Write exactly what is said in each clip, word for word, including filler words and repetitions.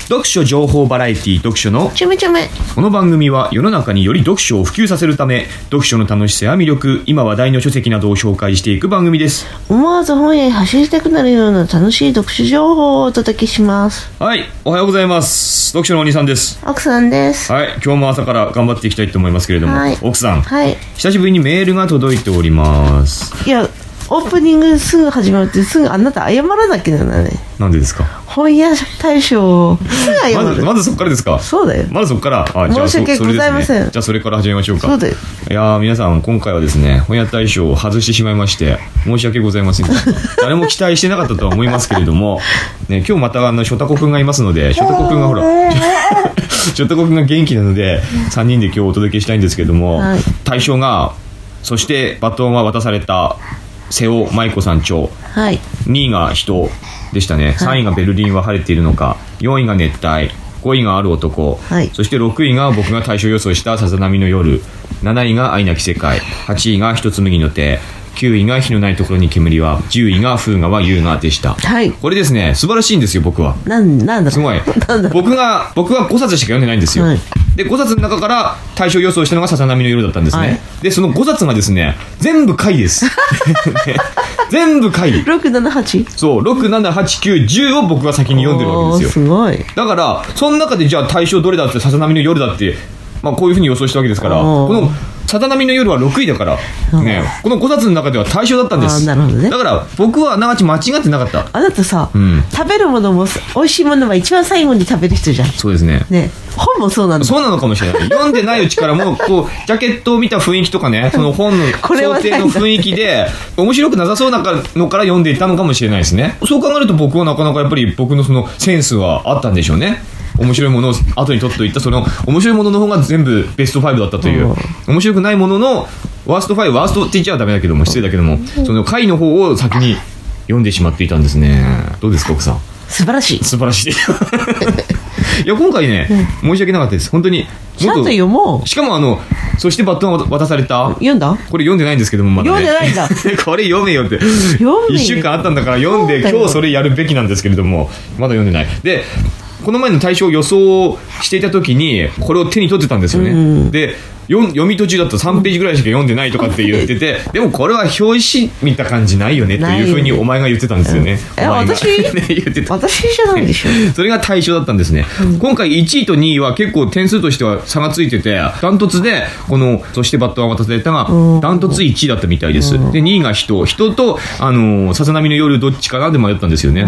読書情報バラエティ読書のちょめちょめ。 この番組は世の中により読書を普及させるため、読書の楽しさや魅力、今話題の書籍などを紹介していく番組です。 思わず本屋に走りたくなるような楽しい読書情報をお届けします。 はい、おはようございます。読書のお兄さんです。 奥さんです。 はい、今日も朝から頑張っていきたいと思いますけれども、 はい、 奥さん、 はい、 久しぶりにメールが届いております。 いや、オープニングすぐ始まるってすぐあなた謝らなきゃならない。 なんでですか？ 本屋大賞すぐ謝る。 まずまずそこからですか？ そうだよ。 まずそこから。あ、じゃあ申し訳ございません。 それですね、じゃあそれから始めましょうか。 そうだよ。 いやー、皆さん今回はですね、本屋大賞を外してしまいまして申し訳ございませんでした誰も期待してなかったとは思いますけれども、ね、今日またあのショタコくんがいますので、ショタコくんがほらショタコくんが元気なのでさんにんで今日お届けしたいんですけども、はい、大賞が、そしてバトンは渡された瀬尾舞子さん著、はい、にいが人でしたね、はい、さんいがベルリンは晴れているのか、よんいが熱帯、ごいがある男、はい、そしてろくいが僕が大賞予想したさざ波の夜、なないが愛なき世界、はちいが一つ麦の手、きゅういが火のないところに煙は、じゅういが風川優雅でした、はい、これですね、素晴らしいんですよ。僕はなんなんだすごい僕が僕はごさつしか読んでないんですよ、はい、でごさつの中から大賞予想したのがさざ波の夜だったんですね、はい、でそのごさつがですね全部回です全部回ろく、なな、はちそうろく、なな、はち、きゅう、じゅうを僕は先に読んでるわけですよ。 すごい。 だからその中でじゃあ大賞どれだってさざ波の夜だって、まあ、こういうふうに予想したわけですから、このさざ波の夜はろくいだから、ね、このごさつの中では大賞だったんです。 なるほどね。 だから僕はあながち間違ってなかった。 あなたさ、 うん、 食べるものも美味しいものは一番最後に食べる人じゃん。 そうですね。 ね、本もそうなんだ。 そうなのかもしれない。読んでないうちからもうこうジャケットを見た雰囲気とかね、その本の想定の雰囲気で面白くなさそうなのから読んでいたのかもしれないですね。そう考えると僕はなかなかやっぱり僕のそのセンスはあったんでしょうね。面白いものを後に取っておいた、その面白いものの方が全部ベストごだったという、面白くないもののワーストご、ワーストって言っちゃダメだけども失礼だけども、その回の方を先に読んでしまっていたんですね。どうですか奥さん？ 素晴らしい。 素晴らしいいや今回ね、うん、申し訳なかったです。本当にもっとちゃんと読もう。しかもあのそしてバトンを渡された、 読んだ？ これ読んでないんですけども、まだね、 読んでないんだこれ読めよって、いっしゅうかんあったんだから読んで、今日それやるべきなんですけれどもまだ読んでない。でこの前の大賞予想していた時にこれを手に取ってたんですよね、うん、で読み途中だとさんページぐらいしか読んでないとかって言っててでもこれは表紙見た感じないよねというふうにお前が言ってたんですよね。 え、私言ってた。私じゃないでしょそれが大賞だったんですね、うん、今回いちいとにいは結構点数としては差がついてて、ダントツでこのそしてバットは渡されたがダントツいちいだったみたいです、うん、でにいが人人とあのさざ波の夜どっちかなで迷ったんですよね、うん、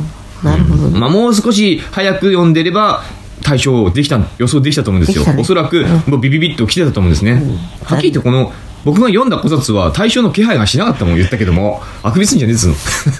なるほど、ね、 まあ、もう少し早く読んでれば大賞できた予想できたと思うんですよ、ね、おそらくもうビビビッと来てたと思うんですね、うん、はっきり言ってこの僕が読んだ小冊は大賞の気配がしなかったもん言ったけども、あくびすんじゃねえっつうの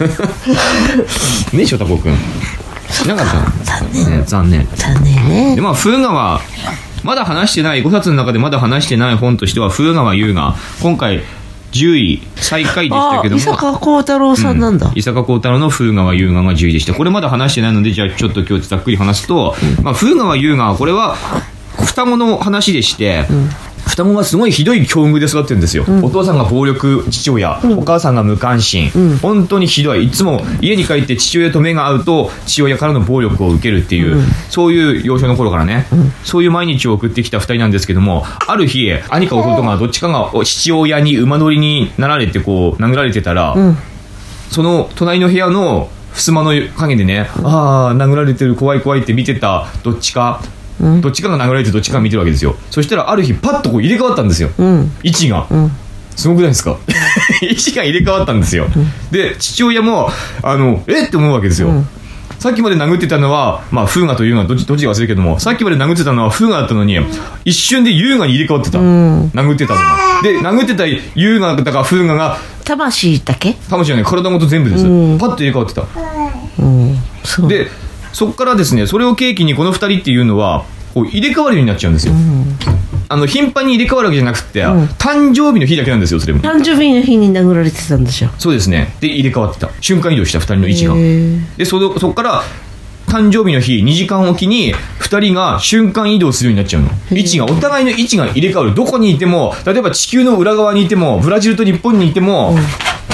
ねえショタコ君しなかった残念、 ね、残念残念ね。 でまあ風川まだ話してないごさつの中でまだ話してない本としては風川優が今回じゅうい最下位でしたけども、伊坂幸太郎さんなんだ、うん、 伊坂幸太郎の風川優雅がじゅういでした。これまだ話してないのでじゃあちょっと今日ざっくり話すと、うん、まあ、風川優雅はこれは双子の話でして、うん、双子はすごいひどい境遇で育ってるんですよ、うん、お父さんが暴力父親、うん、お母さんが無関心、うん、本当にひどい。いつも家に帰って父親と目が合うと父親からの暴力を受けるっていう、うん、そういう幼少の頃からね、うん、そういう毎日を送ってきたふたりなんですけども、ある日兄か弟がどっちかが父親に馬乗りになられてこう殴られてたら、うん、その隣の部屋の襖の陰でね、うん、ああ殴られてる怖い怖いって見てたどっちかうん、どっちかが殴られてどっちかが見てるわけですよ。そしたらある日パッとこう入れ替わったんですよ、うん、位置が、うん、すごくないですか位置が入れ替わったんですよ、うん、で父親もあのえって思うわけですよ、うん、さっきまで殴ってたのは、まあ、風雅と優雅どっちどっちか忘れるけども、さっきまで殴ってたのは風雅だったのに一瞬で優雅に入れ替わってた、うん、殴ってたのがで殴ってた優雅だから風雅が魂だけ魂はね体ごと全部です、うん、パッと入れ替わってた、うん、そうでそこからですね、それを契機にこのふたりっていうのはこう入れ替わるようになっちゃうんですよ、うん、あの頻繁に入れ替わるわけじゃなくて、うん、誕生日の日だけなんですよ。それも誕生日の日に殴られてたんでしょ。 そうですね。で入れ替わってた瞬間移動したふたりの位置が、で そ, のそこから誕生日の日にじかんおきにふたりが瞬間移動するようになっちゃうの。位置がお互いの位置が入れ替わる。どこにいても、例えば地球の裏側にいてもブラジルと日本にいても、うん、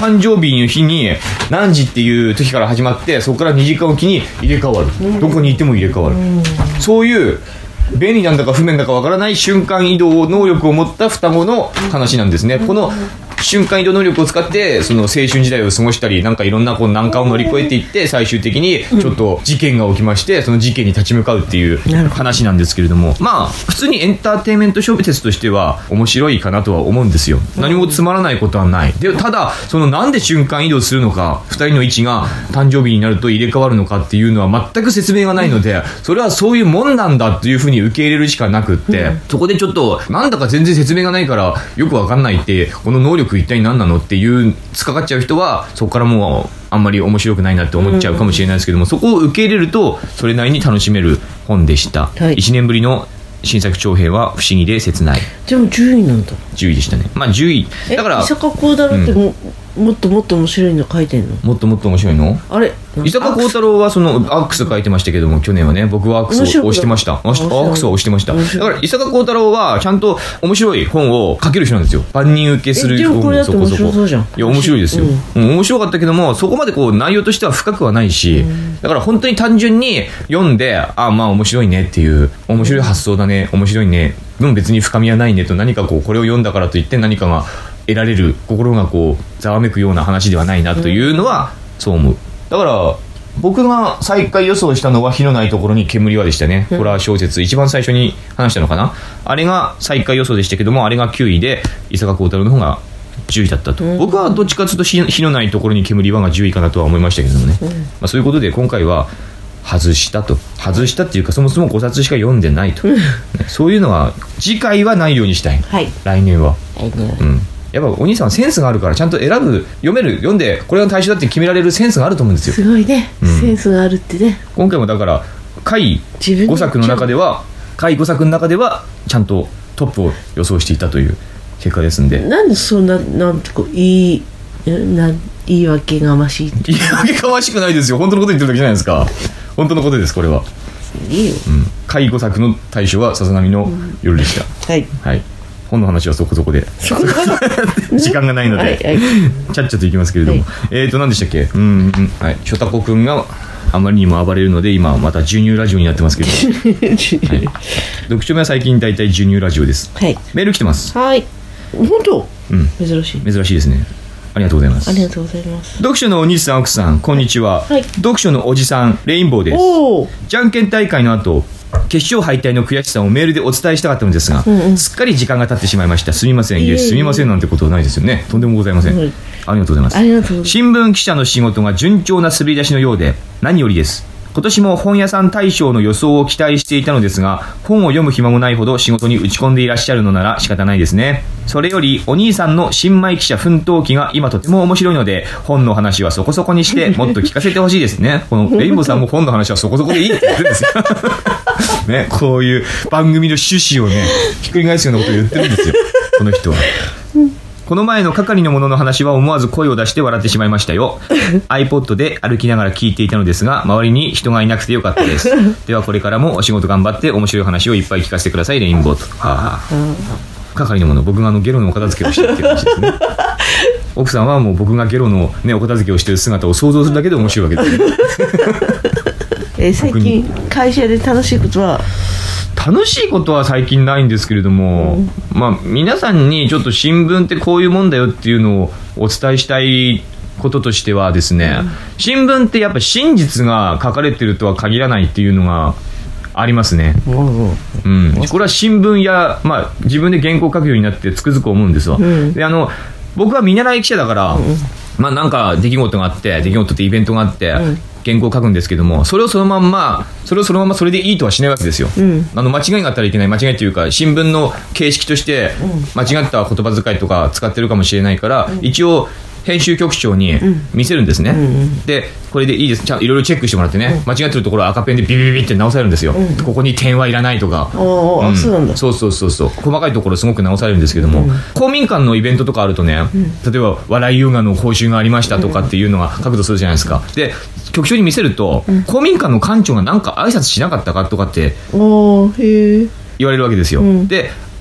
誕生日の日に何時っていう時から始まって、そこからにじかんおきに入れ替わる、うん、どこに行っても入れ替わる、うん、そういう便利なんだか不便だかわからない瞬間移動能力を持った双子の話なんですね。この瞬間移動能力を使ってその青春時代を過ごしたり、なんかいろんなこう難関を乗り越えていって、最終的にちょっと事件が起きまして、その事件に立ち向かうっていう話なんですけれども、まあ普通にエンターテインメント小説としては面白いかなとは思うんですよ。何もつまらないことはない。でただそのなんで瞬間移動するのか、ふたりの位置が誕生日になると入れ替わるのかっていうのは全く説明がないので、それはそういうもんなんだっていうふうに受け入れるしかなくって、そこでちょっとなんだか全然説明がないからよくわかんないって、この能力一体何なのっていう突っかかっちゃう人は、そこからもうあんまり面白くないなって思っちゃうかもしれないですけども、そこを受け入れるとそれなりに楽しめる本でした、はい、いちねんぶりの新作長編は不思議で切ない。 でもじゅういなんだ。 じゅういでしたね。まあじゅういだから伊坂幸太郎っても、うん、もっともっと面白いの書いてんの？ もっともっと面白いの？あれ伊坂幸太郎はそのアックス書いてましたけども、去年はね、僕はアックスを押してました。アックスを押してました。だから伊坂幸太郎はちゃんと面白い本を書ける人なんですよ。万人受けする本もそこそこ。いや面白いですよ、うんうん、面白かったけども、そこまでこう内容としては深くはないし、うん、だから本当に単純に読んで、あまあ面白いねっていう、面白い発想だね、面白いね、でも別に深みはないねと、何かこうこれを読んだからといって何かが得られる、心がこうざわめくような話ではないなというのはそう思う。だから僕が最下位予想したのは火のないところに煙はでしたね、うん、ホラー小説一番最初に話したのかな、あれが最下位予想でしたけども、あれがきゅういで伊坂幸太郎の方がじゅういだったと、うん、僕はどっちかというと火のないところに煙はがじゅういかなとは思いましたけどもね、うん、まあ、そういうことで今回は外したと、外したっていうかそもそもごさつしか読んでないと、うん、そういうのは次回はないようにしたい、はい、来年は、来年は、うん、やっぱお兄さんはセンスがあるから、ちゃんと選ぶ、読める、読んでこれが対象だって決められるセンスがあると思うんですよ。 すごいね、うん、センスがあるってね。 今回もだから下位ごさくの中では下位ごさくの中ではちゃんとトップを予想していたという結果ですんで。 なんでそんななんてこういいな言い訳がましい言い訳がましくないですよ。本当のこと言ってるだけじゃないですか。本当のことです、これは。 いいよ、 うん、下位ごさくの大賞はさざ波の夜でした、 うん、はい、 はい、本の話はそこそこで時間がないので、はいはい、ちゃっちゃといきますけれども、はい、えーと何でしたっけ、うん、うん、はい、ショタコくんがあまりにも暴れるので今また授乳ラジオになってますけど、はい、読書目は最近だいたい授乳ラジオです、はい、メール来てます。 はい、本当、 うん、 珍しい珍しいですね。ありがとうございます。 ありがとうございます。 読書のお兄さん奥さんこんにちは、はい、読書のおじさんレインボーです。 おじゃんけん大会の後決勝敗退の悔しさをメールでお伝えしたかったのですが、うんうん、すっかり時間が経ってしまいました。すみません。いえすみませんなんてことはないですよね。とんでもございません、うん、ありがとうございます。 ありがとうございます。 新聞記者の仕事が順調な滑り出しのようで何よりです。今年も本屋さん大賞の予想を期待していたのですが、本を読む暇もないほど仕事に打ち込んでいらっしゃるのなら仕方ないですね。それよりお兄さんの新米記者奮闘記が今とても面白いので、本の話はそこそこにしてもっと聞かせてほしいですね。このレインボーさんも本の話はそこそこでいいって言ってるんですよね、こういう番組の趣旨をねひっくり返すようなことを言ってるんですよ、この人は。この前の係の者の話は思わず声を出して笑ってしまいましたよ。iPod で歩きながら聞いていたのですが、周りに人がいなくてよかったです。ではこれからもお仕事頑張って面白い話をいっぱい聞かせてください、レインボーと。はあ、係の者、僕があのゲロのお片付けをしてるっていう話ですね。奥さんはもう僕がゲロの、ね、お片付けをしている姿を想像するだけで面白いわけですね。 えー、最近会社で楽しいことは楽しいことは最近ないんですけれども、うん、まあ皆さんにちょっと新聞ってこういうもんだよっていうのをお伝えしたいこととしてはですね、うん、新聞ってやっぱ真実が書かれてるとは限らないっていうのがありますね、うんうん、これは新聞や、まあ、自分で原稿書くようになってつくづく思うんですわ、うん、であの僕は見習い記者だから、うん、まあなんか出来事があって出来事ってイベントがあって、うん、原稿を書くんですけども、それをそのまんまそれをそのままそれでいいとはしないわけですよ、うん、あの間違いがあったらいけない、間違いというか新聞の形式として間違った言葉遣いとか使ってるかもしれないから、うん、一応編集局長に見せるんですね、うん、でこれでいいです、ちゃんといろいろチェックしてもらってね、うん、間違ってるところは赤ペンでビビビビって直されるんですよ、うん、ここに点はいらないとか、 うん、そうなんだ。 そうそうそうそう、細かいところすごく直されるんですけども、うん、公民館のイベントとかあるとね、うん、例えば笑い優雅の講習がありましたとかっていうのが書くとするじゃないですか。で局長に見せると、うん、公民館の館長がなんか挨拶しなかったかとかっておへー言われるわけですよ、うん、で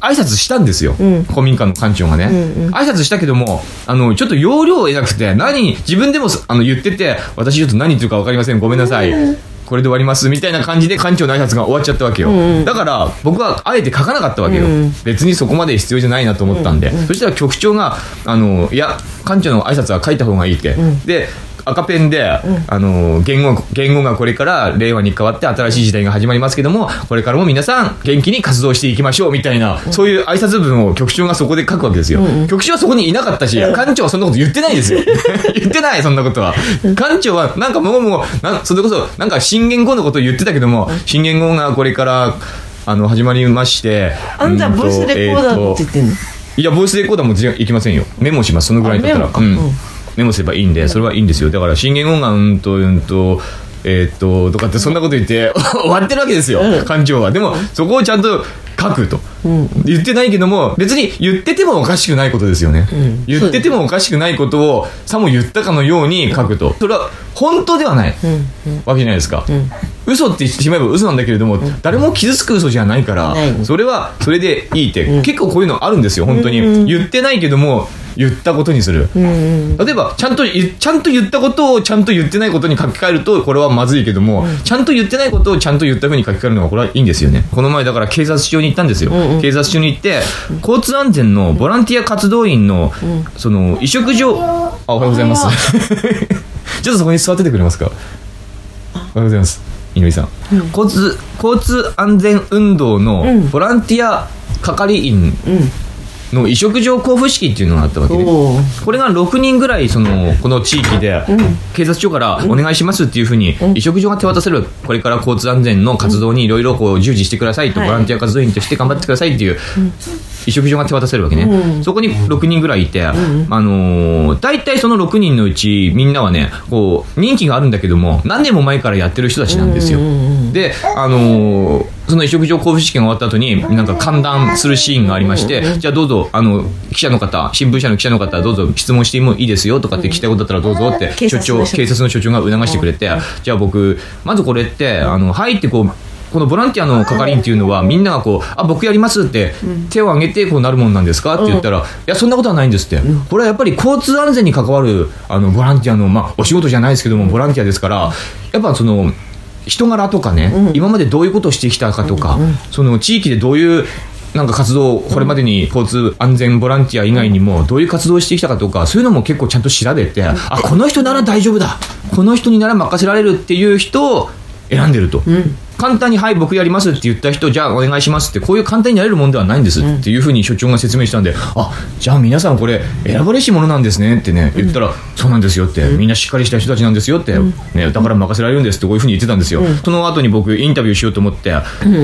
挨拶したんですよ、うん、公民館の館長がね、うんうん、挨拶したけどもあのちょっと要領を得なくて何自分でもあの言ってて私ちょっと何言ってるか分かりませんごめんなさい、うん、これで終わりますみたいな感じで館長の挨拶が終わっちゃったわけよ、うんうん、だから僕はあえて書かなかったわけよ、うんうん、別にそこまで必要じゃないなと思ったんで、うんうん、そしたら局長があのいや館長の挨拶は書いた方がいいって、うん、で赤ペンで、うん、あの言語言語がこれから令和に変わって新しい時代が始まりますけどもこれからも皆さん元気に活動していきましょうみたいな、うん、そういう挨拶文を局長がそこで書くわけですよ、うんうん、局長はそこにいなかったし館長はそんなこと言ってないですよ言ってないそんなことは館長はなんかもうもうなそれこそなんか新元号のことを言ってたけども新元号がこれからあの始まりましてあんたボイスレコーダーって言ってんの、えー、 いやボイスレコーダーもいきませんよメモしますそのぐらいだったらメモ、うん、メモすればいいんでそれはいいんですよだから新元号がうんとうんとえー、っととかってそんなこと言って終わってるわけですよ、うん、館長はでもそこをちゃんと書くと、うん、言ってないけども別に言っててもおかしくないことですよね、うん、言っててもおかしくないことをさも言ったかのように書くとそれは本当ではない、うんうん、わけじゃないですか、うん、嘘って言ってしまえば嘘なんだけれども、うん、誰も傷つく嘘じゃないから、うん、それはそれでいいって、うん、結構こういうのあるんですよ本当に、うん、言ってないけども言ったことにする、うんうん、例えばちゃんとちゃんと言ったことをちゃんと言ってないことに書き換えるとこれはまずいけども、うん、ちゃんと言ってないことをちゃんと言ったふうに書き換えるのがこれはいいんですよねこの前だから警察署に行ったんですよ、うんうん、警察署に行って交通安全のボランティア活動員の、うん、その委嘱状あおはようございますちょっとそこに座っててくれますかおはようございます井上さん、うん、交通交通安全運動のボランティア係員、うんの委嘱状交付式っていうのがあったわけでこれがろくにんぐらいそのこの地域で警察署からお願いしますっていうふうに委嘱状が手渡せるこれから交通安全の活動にいろいろ従事してくださいとボランティア活動員として頑張ってくださいっていう委嘱状が手渡せるわけねそこにろくにんぐらいいてあのー、大体そのろくにんのうちみんなはねこう任期があるんだけども何年も前からやってる人たちなんですよであのーその委嘱状交付式が終わった後になんか歓談するシーンがありましてじゃあどうぞあの記者の方新聞社の記者の方どうぞ質問してもいいですよとかって聞きたいことだったらどうぞって所長警察の所長が促してくれてじゃあ僕まずこれってあのはいってこうこのボランティアの係員っていうのはみんながこうあ僕やりますって手を挙げてこうなるもんなんですかって言ったらいやそんなことはないんですってこれはやっぱり交通安全に関わるあのボランティアのまあお仕事じゃないですけどもボランティアですからやっぱその人柄とかね、うん、今までどういうことをしてきたかとか、うん、その地域でどういうなんか活動をこれまでに交通安全ボランティア以外にもどういう活動をしてきたかとかそういうのも結構ちゃんと調べて、うん、あこの人なら大丈夫だこの人になら任せられるっていう人を選んでると、うん、簡単にはい僕やりますって言った人じゃあお願いしますってこういう簡単になれるもんではないんですっていうふうに所長が説明したんであじゃあ皆さんこれ選ばれしものなんですねってね言ったら、うん、そうなんですよってみんなしっかりした人たちなんですよって、うんね、だから任せられるんですってこういうふうに言ってたんですよ、うん、その後に僕インタビューしようと思って、うん、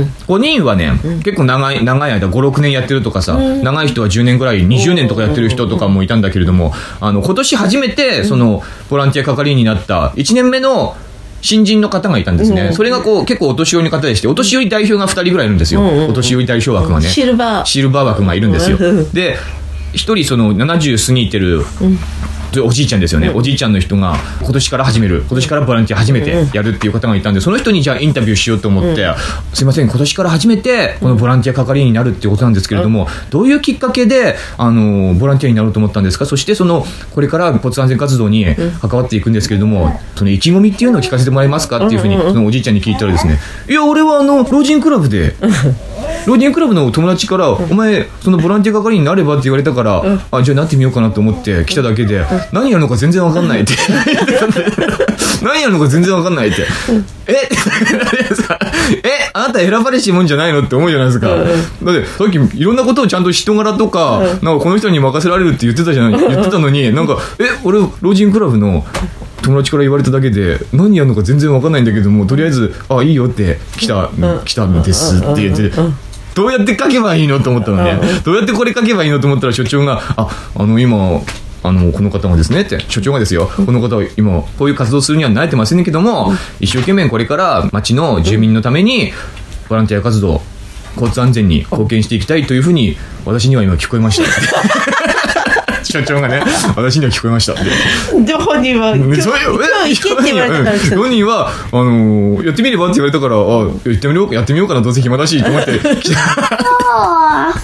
ごにんはね、うん、結構長い長い間ごろくねんやってるとかさ、うん、長い人はじゅうねんぐらいにじゅうねんとかやってる人とかもいたんだけれどもあの今年初めてそのボランティア係員になったいちねんめの新人の方がいたんですね、うん、それがこう結構お年寄りの方でしてお年寄り代表がふたりぐらいいるんですよ、うんうん、お年寄り代表枠がねシルバーシルバー枠がいるんですよでひとりそのななじゅう過ぎてる、うんおじいちゃんですよね、うん、おじいちゃんの人が今年から始める今年からボランティア初めてやるっていう方がいたんでその人にじゃあインタビューしようと思って、うん、すいません今年から初めてこのボランティア係員になるっていうことなんですけれども、うん、どういうきっかけであのボランティアになろうと思ったんですかそしてそのこれから交通安全活動に関わっていくんですけれども、うん、その意気込みっていうのを聞かせてもらえますかっていうふうにそのおじいちゃんに聞いたらですねいや俺はあの老人クラブで老人クラブの友達からお前そのボランティア係になればって言われたからあじゃあなってみようかなと思って来ただけで何やるのか全然わかんないって何やるのか全然わかんないってええあなた選ばれしもんじゃないのって思うじゃないですかだってさっきいろんなことをちゃんと人柄とかなんかこの人に任せられるって言ってたじゃない言ってたのになんかえ俺老人クラブの友達から言われただけで何やるのか全然わかんないんだけどもとりあえずあいいよって来た来たんですって言ってどうやって書けばいいのと思ったのねどうやってこれ書けばいいのと思ったら所長がああの今あのこの方がですねって所長がですよこの方は今こういう活動するには慣れてませんけども一生懸命これから町の住民のためにボランティア活動交通安全に貢献していきたいというふうに私には今聞こえました所長がね私には聞こえましたでも本人は今日行けって言われたから来た本人はあのー、やってみればって言われたからあやってみようやってみようかなどうせ暇だしと思って来た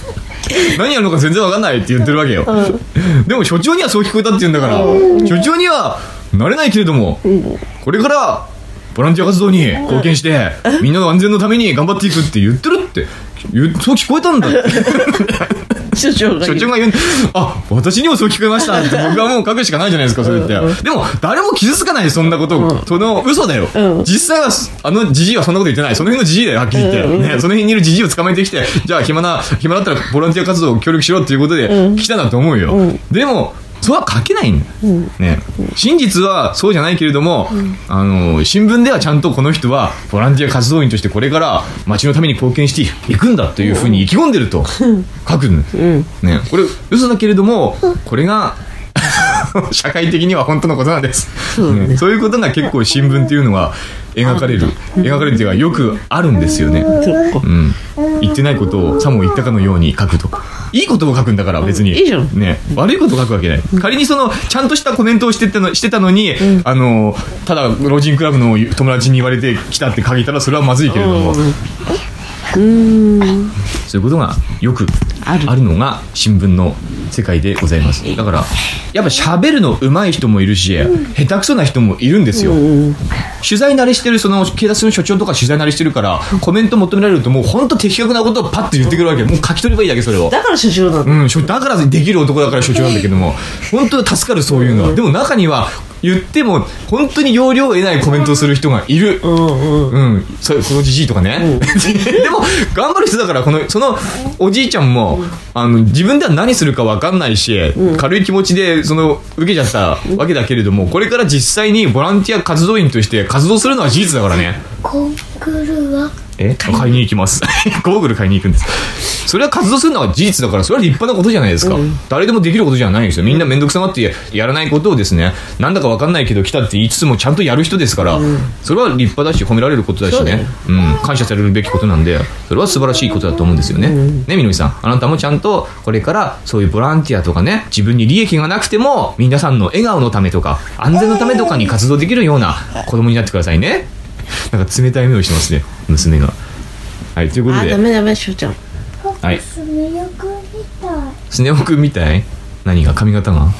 何やるのか全然わかんないって言ってるわけよ、うん、でも所長にはそう聞こえたって言うんだから、うん、所長にはなれないけれども、うん、これからボランティア活動に貢献して、うん、みんなの安全のために頑張っていくって言ってるってそう聞こえたんだ所長が所長が言う、あ、私にもそう聞こえましたって僕はもう書くしかないじゃないですか、それって、うん、でも誰も傷つかない、そんなこと、うん、その嘘だよ、うん、実際はあのジジイはそんなこと言ってない、その辺のジジイだよ、はっきり言って、うん、ね、その辺にいるジジイを捕まえてきて、じゃあ暇な暇だったらボランティア活動を協力しろっていうことで来たんだと思うよ、うん、でもそうは書けないんだ、うんね、真実はそうじゃないけれども、うん、あの新聞ではちゃんとこの人はボランティア活動員としてこれから町のために貢献していくんだというふうに意気込んでると書くんです、うんね、これ嘘だけれどもこれが社会的には本当のことなんです、そうね、そういうことが結構新聞っていうのは描かれる描かれるというかよくあるんですよね、うん、言ってないことをさも言ったかのように書くと、いいことを書くんだから別に、 いいじゃん、 ね、悪いことを書くわけない、仮にそのちゃんとしたコメントをしてたの、してたのに、うん、あのただ老人クラブの友達に言われてきたって書いたらそれはまずいけれども、うーん、そういうことがよくあるのが新聞の世界でございます。だからやっぱ喋るの上手い人もいるし、うん、下手くそな人もいるんですよ、うん、取材慣れしてるその警察の所長とか取材慣れしてるからコメント求められるともう本当的確なことをパッと言ってくるわけ、もう書き取ればいいだけそれを、 だから所長なんだ、 うん、だからできる男だから所長なんだけども本当助かる、そういうのは、うん、でも中には言っても本当に要領を得ないコメントをする人がいる、うんうんうん、そこのじじいとかね、うん、でも頑張る人だから、このそのおじいちゃんも、うん、あの自分では何するか分かんないし、うん、軽い気持ちでその受けちゃったわけだけれども、これから実際にボランティア活動員として活動するのは事実だからね。 ゴーグルはえ買いに行きますゴーグル買いに行くんです。それは活動するのは事実だから、それは立派なことじゃないですか、うん、誰でもできることじゃないんですよ。みんな面倒くさがってやらないことをですね、なんだか分かんないけど来たって言いつつもちゃんとやる人ですから、うん、それは立派だし褒められることだしね、うん、感謝されるべきことなんで、それは素晴らしいことだと思うんですよね、うん、ね、みのりさん、あなたもちゃんとこれからそういうボランティアとかね、自分に利益がなくても皆さんの笑顔のためとか安全のためとかに活動できるような子供になってくださいね。なんか冷たい目をしてますね、娘が。はい、ということで、 あ、ダメダメ、しょうちゃん、 はい、 スネ夫くんみたい。 スネ夫くんみたい？何が、髪型が？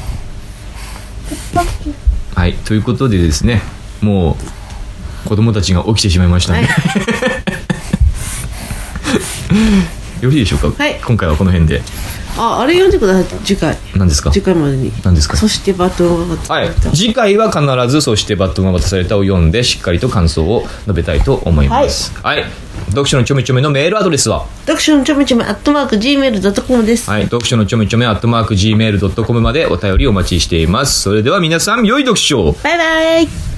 はい、ということでですね、もう子供たちが起きてしまいましたね、はい、よろしいでしょうか、はい、今回はこの辺で。 あ、あれ読んでください、次回。 何ですか？ 次回までに。 何ですか？ そしてバトンが渡された、 はい、次回は必ずそしてバトンが渡されたを読んでしっかりと感想を述べたいと思います。はい、はい、読書のちょめちょめのメールアドレスは読書のちょめちょめアットマーク ジーメールドットコム です。 はい、読書のちょめちょめアットマーク ジーメールドットコム までお便りお待ちしています。それでは皆さん、良い読書を。 バイバイ。